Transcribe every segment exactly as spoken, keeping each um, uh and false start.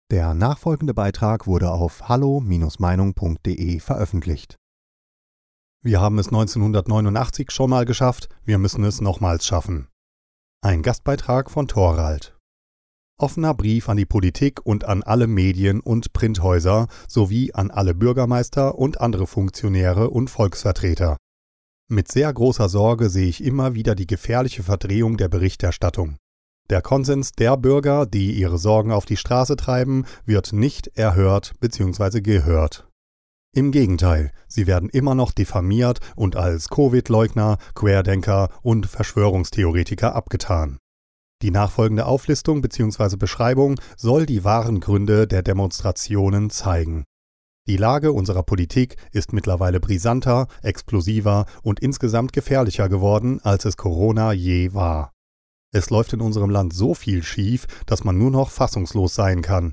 Der nachfolgende Beitrag wurde auf hallo Bindestrich meinung punkt de veröffentlicht. Wir haben es neunzehnhundertneunundachtzig schon mal geschafft, wir müssen es nochmals schaffen. Ein Gastbeitrag von Thorald. Offener Brief an die Politik und an alle Medien und Printhäuser sowie an alle Bürgermeister und andere Funktionäre und Volksvertreter. Mit sehr großer Sorge sehe ich immer wieder die gefährliche Verdrehung der Berichterstattung. Der Konsens der Bürger, die ihre Sorgen auf die Straße treiben, wird nicht erhört bzw. gehört. Im Gegenteil, sie werden immer noch diffamiert und als Covid-Leugner, Querdenker und Verschwörungstheoretiker abgetan. Die nachfolgende Auflistung bzw. Beschreibung soll die wahren Gründe der Demonstrationen zeigen. Die Lage unserer Politik ist mittlerweile brisanter, explosiver und insgesamt gefährlicher geworden, als es Corona je war. Es läuft in unserem Land so viel schief, dass man nur noch fassungslos sein kann.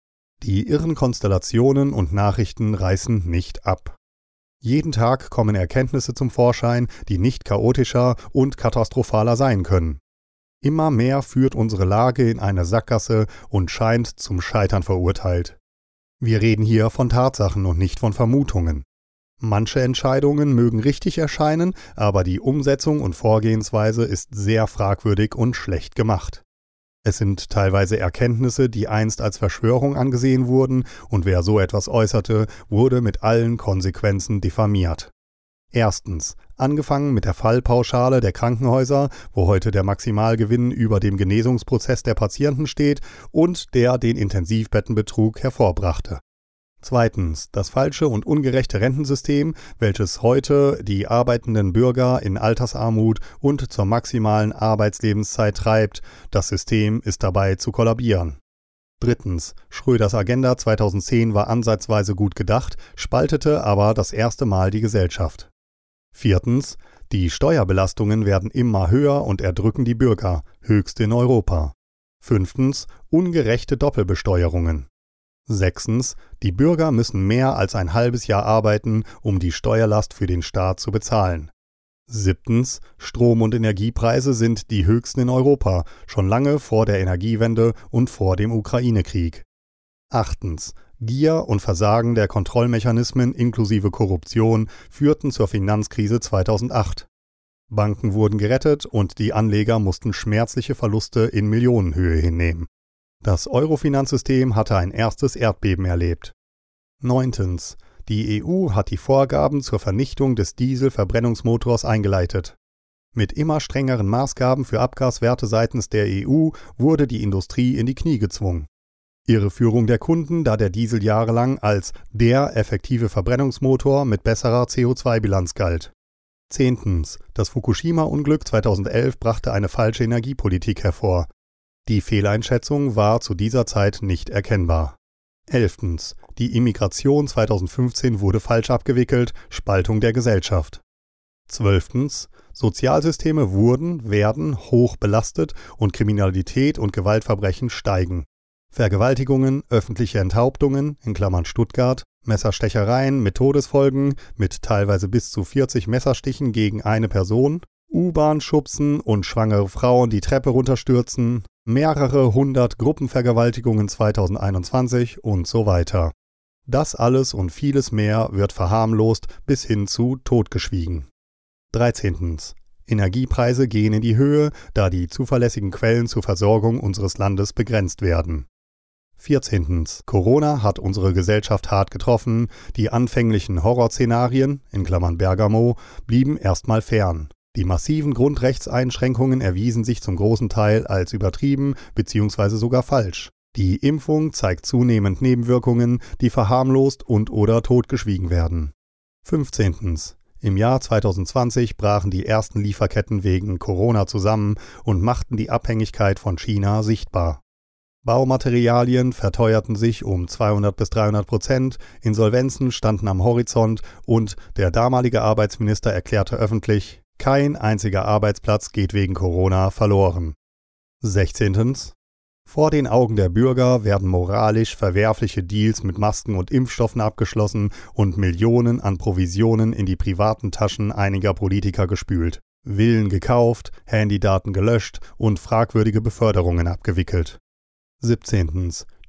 Die irren Konstellationen und Nachrichten reißen nicht ab. Jeden Tag kommen Erkenntnisse zum Vorschein, die nicht chaotischer und katastrophaler sein können. Immer mehr führt unsere Lage in eine Sackgasse und scheint zum Scheitern verurteilt. Wir reden hier von Tatsachen und nicht von Vermutungen. Manche Entscheidungen mögen richtig erscheinen, aber die Umsetzung und Vorgehensweise ist sehr fragwürdig und schlecht gemacht. Es sind teilweise Erkenntnisse, die einst als Verschwörung angesehen wurden, und wer so etwas äußerte, wurde mit allen Konsequenzen diffamiert. Erstens, angefangen mit der Fallpauschale der Krankenhäuser, wo heute der Maximalgewinn über dem Genesungsprozess der Patienten steht und der den Intensivbettenbetrug hervorbrachte. Zweitens, das falsche und ungerechte Rentensystem, welches heute die arbeitenden Bürger in Altersarmut und zur maximalen Arbeitslebenszeit treibt. Das System ist dabei zu kollabieren. Drittens, Schröders Agenda zweitausendzehn war ansatzweise gut gedacht, spaltete aber das erste Mal die Gesellschaft. Viertens, die Steuerbelastungen werden immer höher und erdrücken die Bürger, höchst in Europa. Fünftens, ungerechte Doppelbesteuerungen. Sechstens, die Bürger müssen mehr als ein halbes Jahr arbeiten, um die Steuerlast für den Staat zu bezahlen. Siebtens, Strom- und Energiepreise sind die höchsten in Europa, schon lange vor der Energiewende und vor dem Ukraine-Krieg. Achtens, Gier und Versagen der Kontrollmechanismen inklusive Korruption führten zur Finanzkrise zweitausendacht. Banken wurden gerettet und die Anleger mussten schmerzliche Verluste in Millionenhöhe hinnehmen. Das Euro-Finanzsystem hatte ein erstes Erdbeben erlebt. Neuntens. Die E U hat die Vorgaben zur Vernichtung des Dieselverbrennungsmotors eingeleitet. Mit immer strengeren Maßgaben für Abgaswerte seitens der E U wurde die Industrie in die Knie gezwungen. Irreführung der Kunden, da der Diesel jahrelang als der effektive Verbrennungsmotor mit besserer C O zwei Bilanz galt. Zehntens. Das Fukushima-Unglück zweitausendelf brachte eine falsche Energiepolitik hervor. Die Fehleinschätzung war zu dieser Zeit nicht erkennbar. Elftens. Die Immigration zweitausendfünfzehn wurde falsch abgewickelt, Spaltung der Gesellschaft. Zwölftens. Sozialsysteme wurden, werden hoch belastet und Kriminalität und Gewaltverbrechen steigen. Vergewaltigungen, öffentliche Enthauptungen, in Klammern Stuttgart, Messerstechereien mit Todesfolgen, mit teilweise bis zu vierzig Messerstichen gegen eine Person, U-Bahn-Schubsen und schwangere Frauen die Treppe runterstürzen, mehrere hundert Gruppenvergewaltigungen zweitausendeinundzwanzig und so weiter. Das alles und vieles mehr wird verharmlost bis hin zu totgeschwiegen. Dreizehntens. Energiepreise gehen in die Höhe, da die zuverlässigen Quellen zur Versorgung unseres Landes begrenzt werden. Vierzehntens. Corona hat unsere Gesellschaft hart getroffen, die anfänglichen Horrorszenarien, in Klammern Bergamo, blieben erstmal fern. Die massiven Grundrechtseinschränkungen erwiesen sich zum großen Teil als übertrieben bzw. sogar falsch. Die Impfung zeigt zunehmend Nebenwirkungen, die verharmlost und oder totgeschwiegen werden. Fünfzehntens. Im Jahr zweitausendzwanzig brachen die ersten Lieferketten wegen Corona zusammen und machten die Abhängigkeit von China sichtbar. Baumaterialien verteuerten sich um zweihundert bis dreihundert Prozent, Insolvenzen standen am Horizont und der damalige Arbeitsminister erklärte öffentlich: Kein einziger Arbeitsplatz geht wegen Corona verloren. Sechzehntens. Vor den Augen der Bürger werden moralisch verwerfliche Deals mit Masken und Impfstoffen abgeschlossen und Millionen an Provisionen in die privaten Taschen einiger Politiker gespült, Villen gekauft, Handydaten gelöscht und fragwürdige Beförderungen abgewickelt. siebzehntens.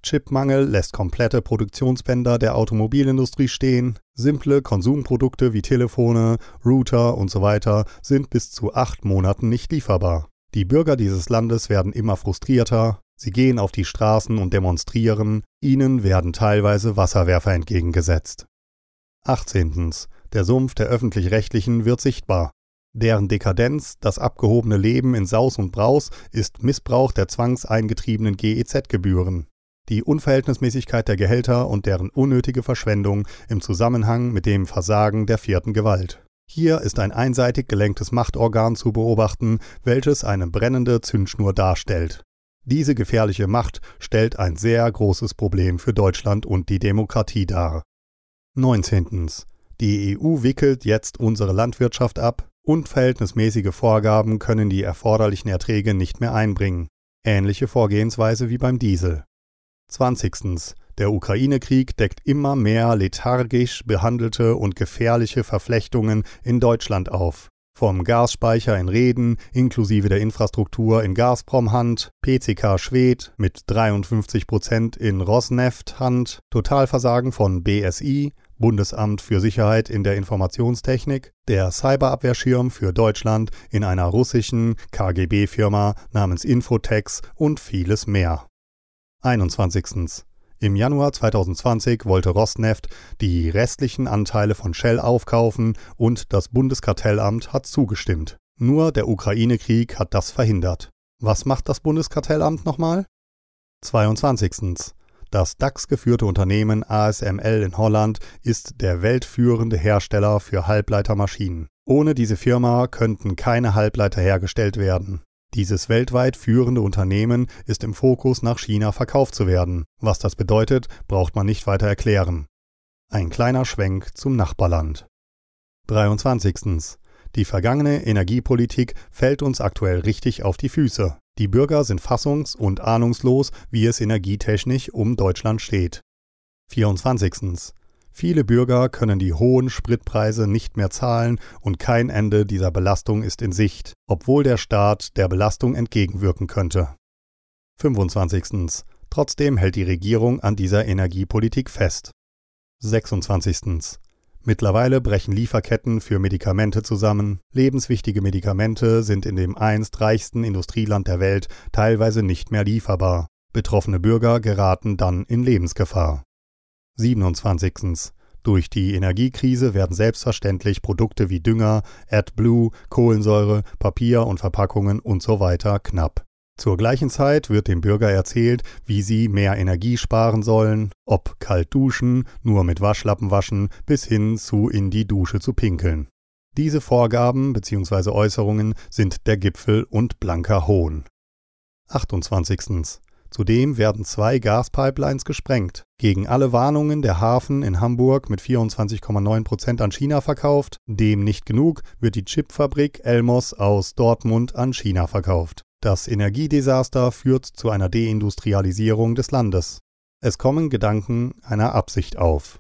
Chipmangel lässt komplette Produktionsbänder der Automobilindustrie stehen. Simple Konsumprodukte wie Telefone, Router und so weiter sind bis zu acht Monaten nicht lieferbar. Die Bürger dieses Landes werden immer frustrierter. Sie gehen auf die Straßen und demonstrieren. Ihnen werden teilweise Wasserwerfer entgegengesetzt. achtzehntens. Der Sumpf der Öffentlich-Rechtlichen wird sichtbar. Deren Dekadenz, das abgehobene Leben in Saus und Braus, ist Missbrauch der zwangseingetriebenen G E Z-Gebühren. Die Unverhältnismäßigkeit der Gehälter und deren unnötige Verschwendung im Zusammenhang mit dem Versagen der vierten Gewalt. Hier ist ein einseitig gelenktes Machtorgan zu beobachten, welches eine brennende Zündschnur darstellt. Diese gefährliche Macht stellt ein sehr großes Problem für Deutschland und die Demokratie dar. neunzehntens. Die E U wickelt jetzt unsere Landwirtschaft ab. Unverhältnismäßige Vorgaben können die erforderlichen Erträge nicht mehr einbringen. Ähnliche Vorgehensweise wie beim Diesel. zwanzigstens. Der Ukraine-Krieg deckt immer mehr lethargisch behandelte und gefährliche Verflechtungen in Deutschland auf. Vom Gasspeicher in Reden inklusive der Infrastruktur in Gazprom-Hand, P C K Schwedt mit dreiundfünfzig Prozent in Rosneft-Hand, Totalversagen von B S I, Bundesamt für Sicherheit in der Informationstechnik, der Cyberabwehrschirm für Deutschland in einer russischen K G B-Firma namens Infotex und vieles mehr. einundzwanzigstens. Im Januar zweitausendzwanzig wollte Rosneft die restlichen Anteile von Shell aufkaufen und das Bundeskartellamt hat zugestimmt. Nur der Ukraine-Krieg hat das verhindert. Was macht das Bundeskartellamt nochmal? zweiundzwanzigstens. Das DAX-geführte Unternehmen A S M L in Holland ist der weltführende Hersteller für Halbleitermaschinen. Ohne diese Firma könnten keine Halbleiter hergestellt werden. Dieses weltweit führende Unternehmen ist im Fokus, nach China verkauft zu werden. Was das bedeutet, braucht man nicht weiter erklären. Ein kleiner Schwenk zum Nachbarland. dreiundzwanzigstens. Die vergangene Energiepolitik fällt uns aktuell richtig auf die Füße. Die Bürger sind fassungs- und ahnungslos, wie es energietechnisch um Deutschland steht. vierundzwanzigstens. Viele Bürger können die hohen Spritpreise nicht mehr zahlen und kein Ende dieser Belastung ist in Sicht, obwohl der Staat der Belastung entgegenwirken könnte. fünfundzwanzigstens. Trotzdem hält die Regierung an dieser Energiepolitik fest. sechsundzwanzigstens. Mittlerweile brechen Lieferketten für Medikamente zusammen. Lebenswichtige Medikamente sind in dem einst reichsten Industrieland der Welt teilweise nicht mehr lieferbar. Betroffene Bürger geraten dann in Lebensgefahr. siebenundzwanzigstens. Durch die Energiekrise werden selbstverständlich Produkte wie Dünger, AdBlue, Kohlensäure, Papier und Verpackungen und so weiter knapp. Zur gleichen Zeit wird dem Bürger erzählt, wie sie mehr Energie sparen sollen, ob kalt duschen, nur mit Waschlappen waschen, bis hin zu in die Dusche zu pinkeln. Diese Vorgaben bzw. Äußerungen sind der Gipfel und blanker Hohn. achtundzwanzigstens. Zudem werden zwei Gaspipelines gesprengt. Gegen alle Warnungen der Hafen in Hamburg mit vierundzwanzig Komma neun Prozent an China verkauft. Dem nicht genug wird die Chipfabrik Elmos aus Dortmund an China verkauft. Das Energiedesaster führt zu einer Deindustrialisierung des Landes. Es kommen Gedanken einer Absicht auf.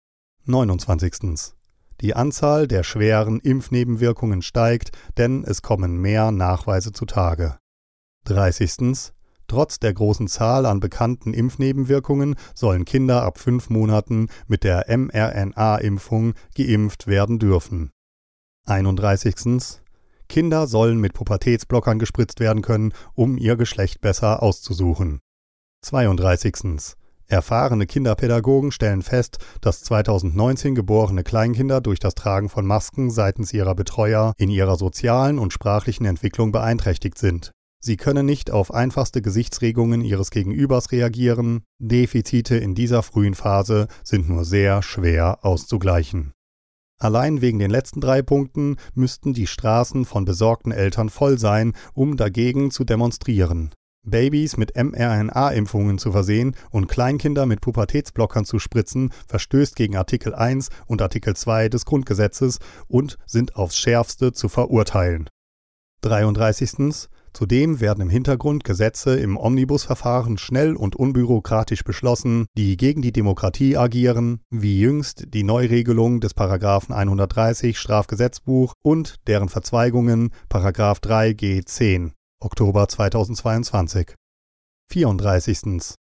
neunundzwanzigstens. Die Anzahl der schweren Impfnebenwirkungen steigt, denn es kommen mehr Nachweise zutage. dreißigstens. Trotz der großen Zahl an bekannten Impfnebenwirkungen sollen Kinder ab fünf Monaten mit der mRNA-Impfung geimpft werden dürfen. einunddreißigstens. Kinder sollen mit Pubertätsblockern gespritzt werden können, um ihr Geschlecht besser auszusuchen. zweiunddreißigstens. Erfahrene Kinderpädagogen stellen fest, dass zweitausendneunzehn geborene Kleinkinder durch das Tragen von Masken seitens ihrer Betreuer in ihrer sozialen und sprachlichen Entwicklung beeinträchtigt sind. Sie können nicht auf einfachste Gesichtsregungen ihres Gegenübers reagieren. Defizite in dieser frühen Phase sind nur sehr schwer auszugleichen. Allein wegen den letzten drei Punkten müssten die Straßen von besorgten Eltern voll sein, um dagegen zu demonstrieren. Babys mit mRNA-Impfungen zu versehen und Kleinkinder mit Pubertätsblockern zu spritzen, verstößt gegen Artikel eins und Artikel zwei des Grundgesetzes und sind aufs Schärfste zu verurteilen. dreiunddreißigstens. Zudem werden im Hintergrund Gesetze im Omnibusverfahren schnell und unbürokratisch beschlossen, die gegen die Demokratie agieren, wie jüngst die Neuregelung des Paragraphen hundertdreißig Strafgesetzbuch und deren Verzweigungen Paragraph drei G zehn, Oktober zweitausendzweiundzwanzig. vierunddreißigstens.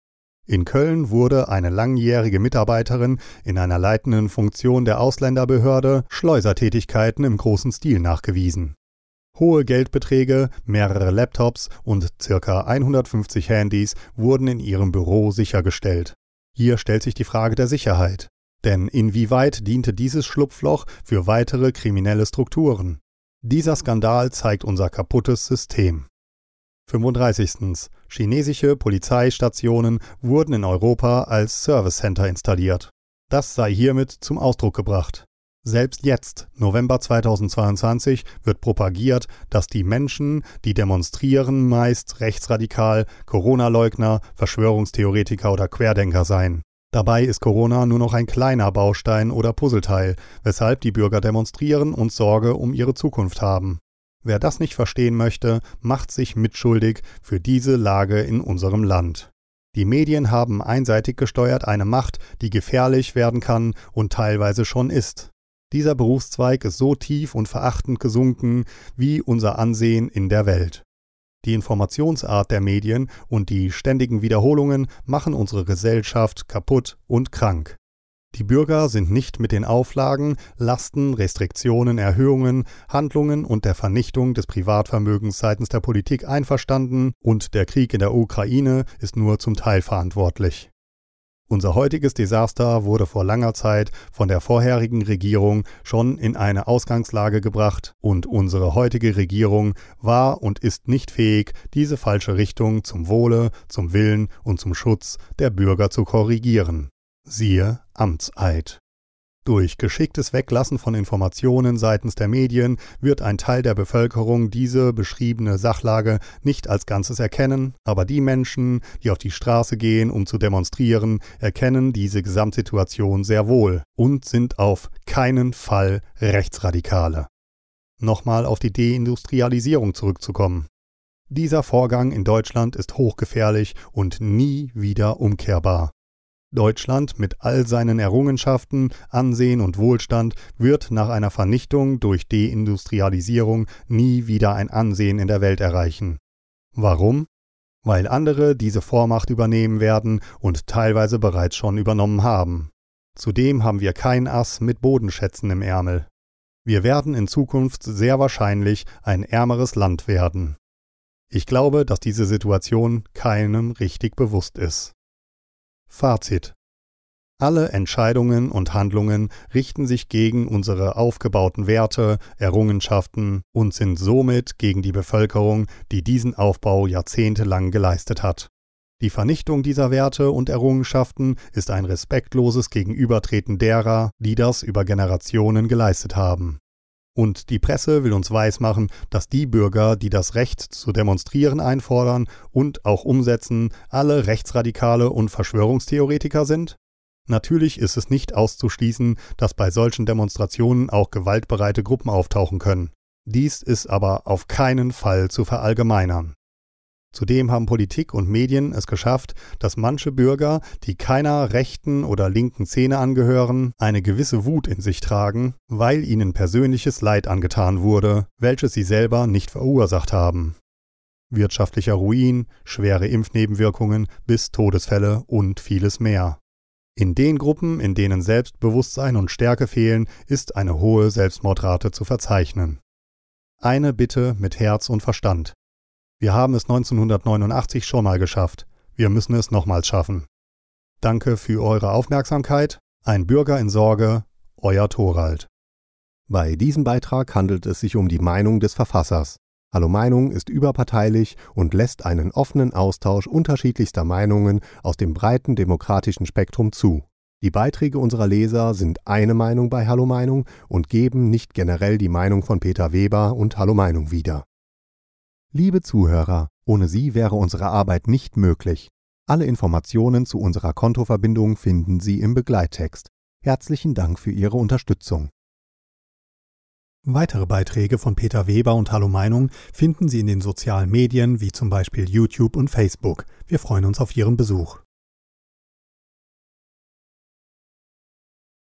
In Köln wurde eine langjährige Mitarbeiterin in einer leitenden Funktion der Ausländerbehörde Schleusertätigkeiten im großen Stil nachgewiesen. Hohe Geldbeträge, mehrere Laptops und ca. hundertfünfzig Handys wurden in ihrem Büro sichergestellt. Hier stellt sich die Frage der Sicherheit. Denn inwieweit diente dieses Schlupfloch für weitere kriminelle Strukturen? Dieser Skandal zeigt unser kaputtes System. fünfunddreißigstens Chinesische Polizeistationen wurden in Europa als Service Center installiert. Das sei hiermit zum Ausdruck gebracht. Selbst jetzt, November zweitausendzweiundzwanzig, wird propagiert, dass die Menschen, die demonstrieren, meist rechtsradikal, Corona-Leugner, Verschwörungstheoretiker oder Querdenker seien. Dabei ist Corona nur noch ein kleiner Baustein oder Puzzleteil, weshalb die Bürger demonstrieren und Sorge um ihre Zukunft haben. Wer das nicht verstehen möchte, macht sich mitschuldig für diese Lage in unserem Land. Die Medien haben einseitig gesteuert eine Macht, die gefährlich werden kann und teilweise schon ist. Dieser Berufszweig ist so tief und verachtend gesunken wie unser Ansehen in der Welt. Die Informationsart der Medien und die ständigen Wiederholungen machen unsere Gesellschaft kaputt und krank. Die Bürger sind nicht mit den Auflagen, Lasten, Restriktionen, Erhöhungen, Handlungen und der Vernichtung des Privatvermögens seitens der Politik einverstanden und der Krieg in der Ukraine ist nur zum Teil verantwortlich. Unser heutiges Desaster wurde vor langer Zeit von der vorherigen Regierung schon in eine Ausgangslage gebracht und unsere heutige Regierung war und ist nicht fähig, diese falsche Richtung zum Wohle, zum Willen und zum Schutz der Bürger zu korrigieren. Siehe Amtseid. Durch geschicktes Weglassen von Informationen seitens der Medien wird ein Teil der Bevölkerung diese beschriebene Sachlage nicht als Ganzes erkennen, aber die Menschen, die auf die Straße gehen, um zu demonstrieren, erkennen diese Gesamtsituation sehr wohl und sind auf keinen Fall Rechtsradikale. Nochmal auf die Deindustrialisierung zurückzukommen. Dieser Vorgang in Deutschland ist hochgefährlich und nie wieder umkehrbar. Deutschland mit all seinen Errungenschaften, Ansehen und Wohlstand wird nach einer Vernichtung durch Deindustrialisierung nie wieder ein Ansehen in der Welt erreichen. Warum? Weil andere diese Vormacht übernehmen werden und teilweise bereits schon übernommen haben. Zudem haben wir kein Ass mit Bodenschätzen im Ärmel. Wir werden in Zukunft sehr wahrscheinlich ein ärmeres Land werden. Ich glaube, dass diese Situation keinem richtig bewusst ist. Fazit: Alle Entscheidungen und Handlungen richten sich gegen unsere aufgebauten Werte, Errungenschaften und sind somit gegen die Bevölkerung, die diesen Aufbau jahrzehntelang geleistet hat. Die Vernichtung dieser Werte und Errungenschaften ist ein respektloses Gegenübertreten derer, die das über Generationen geleistet haben. Und die Presse will uns weismachen, dass die Bürger, die das Recht zu demonstrieren einfordern und auch umsetzen, alle Rechtsradikale und Verschwörungstheoretiker sind? Natürlich ist es nicht auszuschließen, dass bei solchen Demonstrationen auch gewaltbereite Gruppen auftauchen können. Dies ist aber auf keinen Fall zu verallgemeinern. Zudem haben Politik und Medien es geschafft, dass manche Bürger, die keiner rechten oder linken Szene angehören, eine gewisse Wut in sich tragen, weil ihnen persönliches Leid angetan wurde, welches sie selber nicht verursacht haben. Wirtschaftlicher Ruin, schwere Impfnebenwirkungen bis Todesfälle und vieles mehr. In den Gruppen, in denen Selbstbewusstsein und Stärke fehlen, ist eine hohe Selbstmordrate zu verzeichnen. Eine Bitte mit Herz und Verstand. Wir haben es neunzehnhundertneunundachtzig schon mal geschafft. Wir müssen es nochmals schaffen. Danke für eure Aufmerksamkeit. Ein Bürger in Sorge, euer Thorald. Bei diesem Beitrag handelt es sich um die Meinung des Verfassers. Hallo Meinung ist überparteilich und lässt einen offenen Austausch unterschiedlichster Meinungen aus dem breiten demokratischen Spektrum zu. Die Beiträge unserer Leser sind eine Meinung bei Hallo Meinung und geben nicht generell die Meinung von Peter Weber und Hallo Meinung wieder. Liebe Zuhörer, ohne Sie wäre unsere Arbeit nicht möglich. Alle Informationen zu unserer Kontoverbindung finden Sie im Begleittext. Herzlichen Dank für Ihre Unterstützung. Weitere Beiträge von Peter Weber und Hallo Meinung finden Sie in den sozialen Medien wie zum Beispiel YouTube und Facebook. Wir freuen uns auf Ihren Besuch.